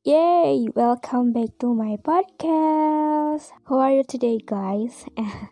Yay! Welcome back to my podcast. How are you today, guys?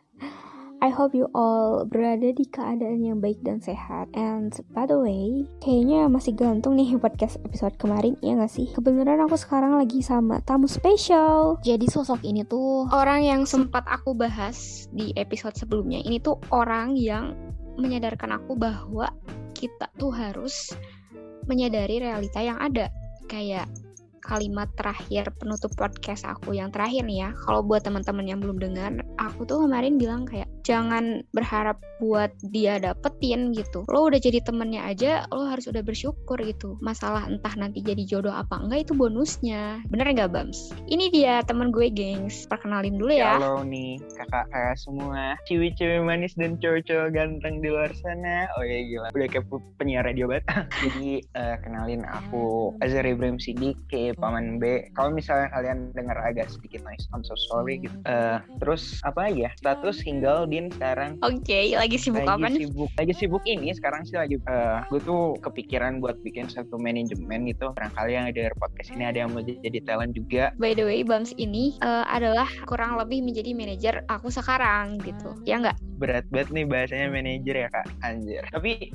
I hope you all berada di keadaan yang baik dan sehat. And by the way, kayaknya masih gantung nih podcast episode kemarin, ya gak sih? Kebenaran aku sekarang lagi sama tamu spesial. Jadi sosok ini tuh orang yang sempat aku bahas di episode sebelumnya. Ini tuh orang yang menyadarkan aku bahwa kita tuh harus menyadari realita yang ada. Kayak kalimat terakhir penutup podcast aku yang terakhir nih ya. Kalau buat teman-teman yang belum dengar, aku tuh kemarin bilang kayak jangan berharap buat dia dapetin gitu. Lo udah jadi temennya aja, lo harus udah bersyukur gitu. Masalah entah nanti jadi jodoh apa enggak itu bonusnya. Bener nggak Bams? Ini dia teman gue, gengs. Perkenalin dulu ya. Halo nih kakak-kakak semua, cewek-cewek manis dan cowok-cowok ganteng di luar sana. Oh ya gila, udah kayak penyiar radio banget. Jadi kenalin aku Azhar Ibrahim Siddiq, Paman B. Kalau misalnya kalian dengar agak sedikit noise, I'm so sorry gitu. Terus apa ya? Status single din sekarang. Oke, lagi sibuk apa nih? Lagi sibuk ini sekarang sih lagi. Gue tuh kepikiran buat bikin satu manajemen gitu. Barangkali yang ada podcast ini ada yang mau jadi talent juga. By the way, Bams ini adalah kurang lebih menjadi manajer aku sekarang gitu. Ya nggak? Berat banget nih bahasanya manajer ya kak, anjir. Tapi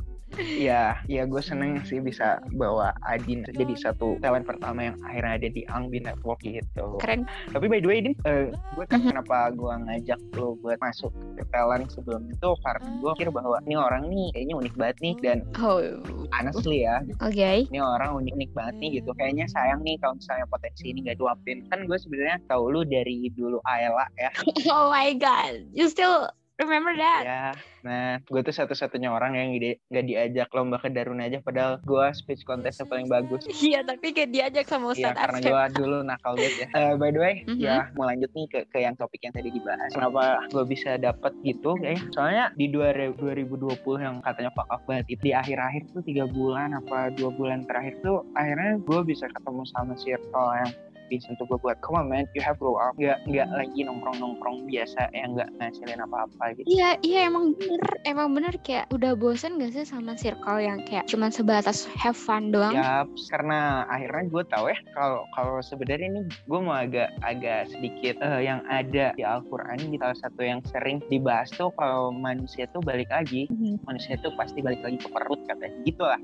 ya gue seneng sih bisa bawa Adin jadi satu talent pertama yang akhirnya ada di Angbi Network gitu. Keren. Tapi by the way Din, gue kan kenapa gue ngajak lo buat masuk ke talent sebelum itu karena gue pikir bahwa ini orang nih kayaknya unik banget nih dan honestly ya, ini orang unik banget nih gitu. Kayaknya sayang nih kalau misalnya potensi ini gak diluapin. Kan gue sebenarnya tahu lu dari dulu Ayla ya. Oh my god, you still remember that? Ya, nah gue tuh satu-satunya orang yang gak diajak lomba ke Darun aja padahal gue speech contestnya paling bagus. Iya, tapi kayak diajak sama Ustadz Iya, karena gue dulu nakal banget ya. By the way, ya mau lanjut nih ke yang topik yang tadi dibahas. Kenapa gue bisa dapet gitu? Soalnya di 2020 yang katanya fuck up banget itu di akhir-akhir tuh 3 bulan apa 2 bulan terakhir tuh akhirnya gue bisa ketemu sama circle yang bisa untuk gue buat come on man, you have grow up, nggak lagi nongkrong biasa yang nggak ngasilin apa-apa gitu. Iya emang bener kayak udah bosen gak sih sama circle yang kayak cuman sebatas have fun doang? Ya karena akhirnya gue tahu ya kalau sebenarnya ini gue mau agak sedikit yang ada di Al-Quran gitu. Salah satu yang sering dibahas tuh kalau manusia tuh balik lagi, manusia tuh pasti balik lagi ke perut katanya gitu lah.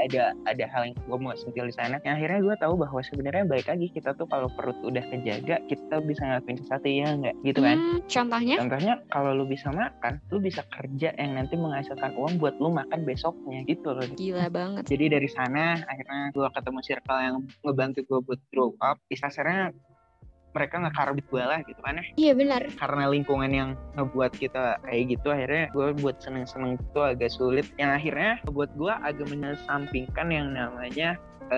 Ada hal yang gue mau sentil di sana. Yang akhirnya gue tahu bahwa sebenarnya balik lagi kita tuh kalau perut udah kejaga kita bisa ngelakuin sesuatu ya nggak gitu kan. Contohnya kalau lu bisa makan, lu bisa kerja yang nanti menghasilkan uang buat lu makan besoknya gitu loh. Gila banget. Jadi dari sana akhirnya gue ketemu circle yang ngebantu gue buat grow up. Istilahnya mereka nge-carbit gue lah gitu kan ya. Iya benar. Karena lingkungan yang ngebuat kita kayak gitu akhirnya gue buat seneng-seneng itu agak sulit. Yang akhirnya buat gue agak mengesampingkan yang namanya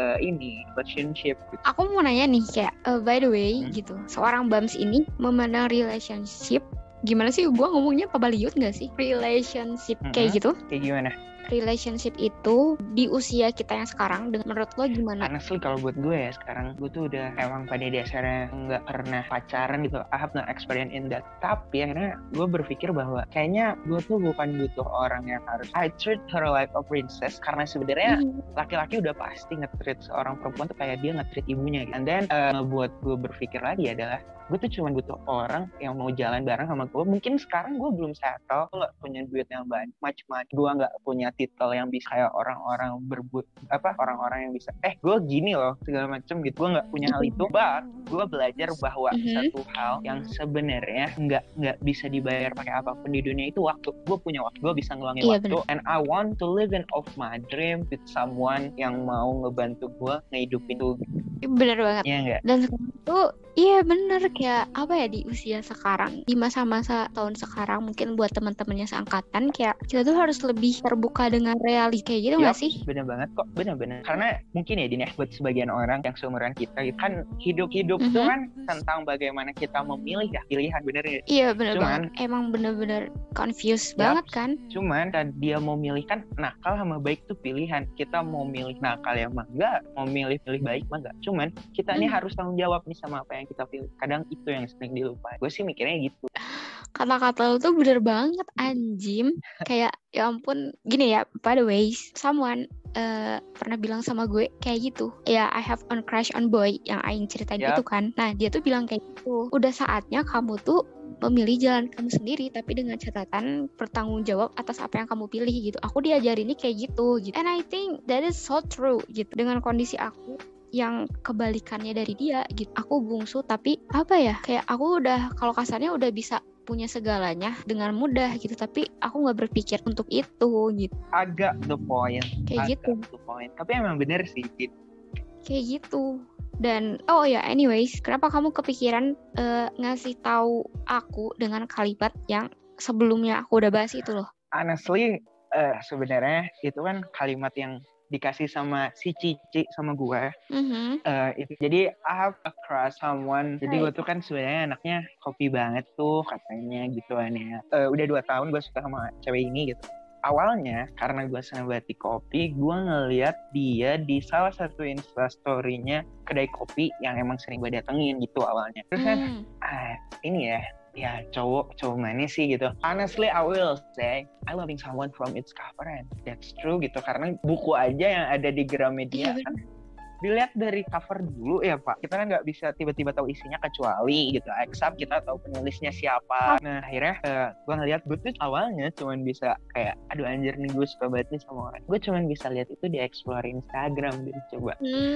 relationship gitu. Aku mau nanya nih kayak by the way gitu, seorang Bams ini memandang relationship gimana sih? Gue ngomongnya pabaliut gak sih? Relationship kayak gitu? Kayak gimana? Relationship itu di usia kita yang sekarang menurut lo gimana? Honestly kalau buat gue ya sekarang gue tuh udah emang pada dasarnya nggak pernah pacaran gitu. I have no experience in that. Tapi akhirnya gue berpikir bahwa kayaknya gue tuh bukan butuh orang yang harus I treat her like a princess. Karena sebenarnya laki-laki udah pasti nge-treat seorang perempuan tuh kayak dia nge-treat ibunya gitu. And then ngebuat gue berpikir lagi adalah gue tuh cuma butuh orang yang mau jalan bareng sama gue. Mungkin sekarang gue belum settle, gue gak punya duit yang banyak, macam-macam. Gue gak punya titel yang bisa kayak orang-orang orang-orang yang bisa gue gini loh segala macam gitu. Gue gak punya hal itu. But gue belajar bahwa satu hal yang sebenarnya nggak bisa dibayar pakai apapun di dunia itu waktu. Gue punya waktu, gue bisa ngeluangin waktu. And I want to live in of my dream with someone yang mau ngebantu gue ngehidupin itu. Bener banget. Iya nggak? Dan sekarang tuh iya bener kayak apa ya di usia sekarang, di masa-masa tahun sekarang mungkin buat teman-temannya seangkatan kayak kita tuh harus lebih terbuka dengan realita kayak gitu nggak sih? Bener banget kok, bener. Karena mungkin ya Din ya buat sebagian orang yang seumuran kita kan hidup itu kan tentang bagaimana kita memilih ya pilihan bener ya. Iya bener banget. Emang bener-bener confused banget kan? Cuman kan dia mau milih kan nakal sama baik tuh pilihan. Kita mau milih nakal ya mah enggak, mau milih baik mah enggak. Cuman kita ini harus tanggung jawab nih sama apa yang kita pilih. Kadang itu yang sering dilupain. Gue sih mikirnya gitu. Kata-kata lu tuh bener banget anjim. Kayak ya ampun. Gini ya, by the way, someone pernah bilang sama gue kayak gitu. Ya, I have on crush on boy yang Aing ceritain itu kan. Nah, dia tuh bilang kayak gitu. Udah saatnya kamu tuh memilih jalan kamu sendiri, tapi dengan catatan bertanggung jawab atas apa yang kamu pilih gitu. Aku diajarinnya kayak gitu. And I think that is so true gitu. Dengan kondisi aku yang kebalikannya dari dia gitu. Aku bungsu tapi apa ya, kayak aku udah, kalau kasarnya udah bisa punya segalanya dengan mudah gitu, tapi aku nggak berpikir untuk itu gitu. Agak the point. Kayak gitu. The point. Tapi emang bener sih gitu. Kayak gitu. Dan oh ya, anyways, kenapa kamu kepikiran ngasih tahu aku dengan kalimat yang sebelumnya aku udah bahas itu loh? Honestly, sebenarnya itu kan kalimat yang dikasih sama si Cici sama gue. Itu jadi I have a crush someone. Jadi gue tuh kan sebenarnya anaknya kopi banget tuh katanya gitu kan ya. Udah 2 tahun gue suka sama cewek ini gitu. Awalnya karena gue senang banget di kopi, gue ngeliat dia di salah satu instastory-nya kedai kopi yang emang sering gue datengin gitu awalnya. Terus kan ini ya cowok mana sih gitu. Honestly I will say I loving someone from its cover, and that's true gitu, karena buku aja yang ada di Gramedia kan dilihat dari cover dulu ya Pak. Kita kan nggak bisa tiba-tiba tahu isinya kecuali gitu, except kita tahu penulisnya siapa. Nah akhirnya gue ngeliat, gue tuh awalnya cuman bisa kayak aduh anjir nih gue suka banget nih sama orang. Gue cuman bisa lihat itu di explore Instagram gitu, coba.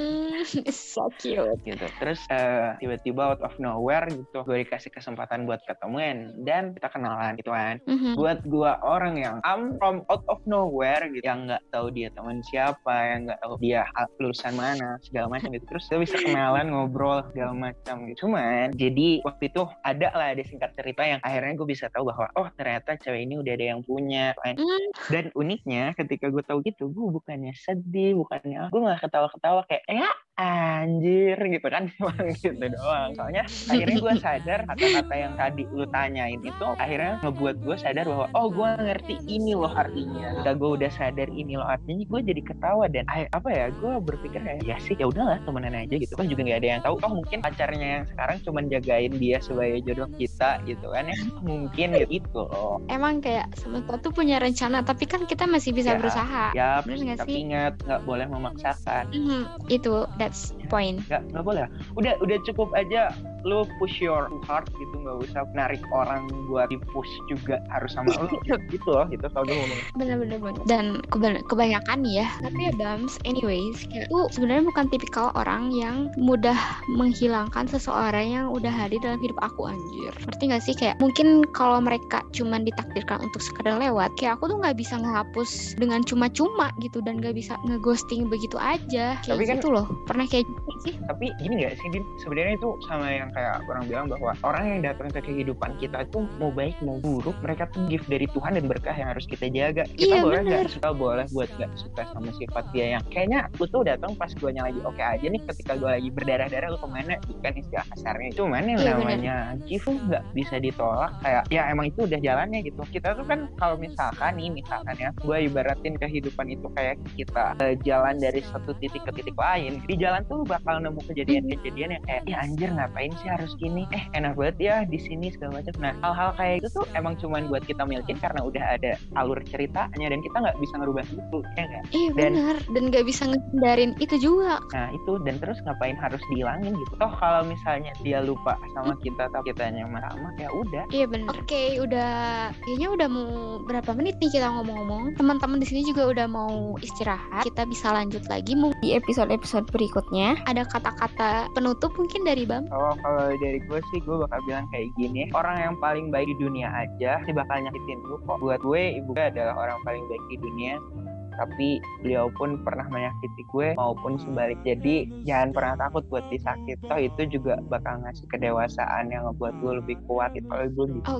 So cute gitu. Terus tiba-tiba out of nowhere gitu gue dikasih kesempatan buat ketemuan dan kita kenalan gitu kan. Buat gue orang yang I'm from out of nowhere gitu, yang nggak tahu dia teman siapa, yang nggak tahu dia lulusan mana segala macam gitu, terus kita bisa kenalan, ngobrol segala macam gitu. Cuman jadi waktu itu ada singkat cerita yang akhirnya gue bisa tahu bahwa oh ternyata cewek ini udah ada yang punya. Dan uniknya ketika gue tahu gitu, gue bukannya sedih, bukannya gue nggak ketawa-ketawa kayak ya anjir gitu kan, cuma gitu doang. Soalnya akhirnya gue sadar kata-kata yang tadi lu tanyain itu akhirnya ngebuat gue sadar bahwa oh gue ngerti ini loh artinya. Ketika gue udah sadar ini loh artinya, gue jadi ketawa dan gue berpikir kayak ya sih ya udahlah temenan aja gitu kan, juga nggak ada yang tahu. Oh mungkin pacarnya yang sekarang cuma jagain dia sebagai jodoh kita gitu kan ya, mungkin gitu loh. Emang kayak semesta tuh punya rencana, tapi kan kita masih bisa berusaha. Ya, tapi ingat nggak boleh memaksakan. Itu that's point. Nggak boleh. Udah cukup aja lu push your heart gitu, nggak usah narik orang buat di push juga harus sama lu gitu loh, gitu kalau gue ngomong. Bener. Dan kebanyakan ya, tapi ya Bams, anyways, kayak tuh sebenarnya bukan tipikal orang yang mudah menghilangkan seseorang yang udah hadir dalam hidup aku, anjir. Ngerti nggak sih, kayak mungkin kalau mereka cuman ditakdirkan untuk sekedar lewat, kayak aku tuh nggak bisa ngehapus dengan cuma-cuma gitu, dan nggak bisa ngeghosting begitu aja kayak tapi gitu kan, loh. Pernah kayak gitu sih. Tapi gini nggak sih Din, sebenarnya itu sama yang kayak orang bilang bahwa orang yang datang ke kehidupan kita itu mau baik mau buruk, mereka tuh gift dari Tuhan dan berkah yang harus kita jaga. Kita boleh nggak suka, boleh buat nggak suka sama sifat dia yang kayaknya lu tuh datang pas guanya lagi oke aja nih, ketika gua lagi berdarah-darah lu kemana, bukan istilah kasarnya. Cuman yang namanya gift nggak bisa ditolak, kayak ya emang itu udah jalannya gitu. Kita tuh kan kalau misalkan ya gua ibaratin kehidupan itu kayak kita jalan dari satu titik ke titik lain. Di jalan tuh bakal nemu kejadian-kejadian yang kayak ya anjir ngapain sih harus gini, enak banget ya di sini segala macam. Nah hal-hal kayak itu tuh emang cuman buat kita milikin karena udah ada alur ceritanya dan kita nggak bisa ngerubah itu, ya nggak? Iya benar, dan nggak bisa ngehindarin itu juga. Nah itu, dan terus ngapain harus dihilangin gitu? Toh kalau misalnya dia lupa sama kita tapi kitanya sama, ya udah. Iya benar. Oke, kayaknya udah mau berapa menit nih kita ngomong-ngomong. Teman-teman di sini juga udah mau istirahat. Kita bisa lanjut lagi di episode-episode berikutnya. Ada kata-kata penutup mungkin dari Bam? Kalau dari gue sih, gue bakal bilang kayak gini, orang yang paling baik di dunia aja sih bakal nyakitin lu kok. Buat gue, ibu gue adalah orang paling baik di dunia, tapi beliau pun pernah menyakiti gue maupun sebalik. Jadi jangan pernah takut buat disakit. Toh itu juga bakal ngasih kedewasaan yang ngebuat gue lebih kuat gitu. Kalau gue gitu.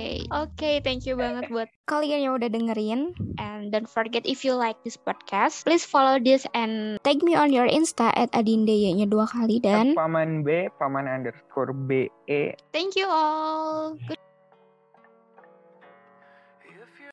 Oke, thank you banget buat kalian yang udah dengerin. And don't forget, if you like this podcast, please follow this and tag me on your Insta @adindeye-nya 2 kali dan paman_be. Thank you all. Good.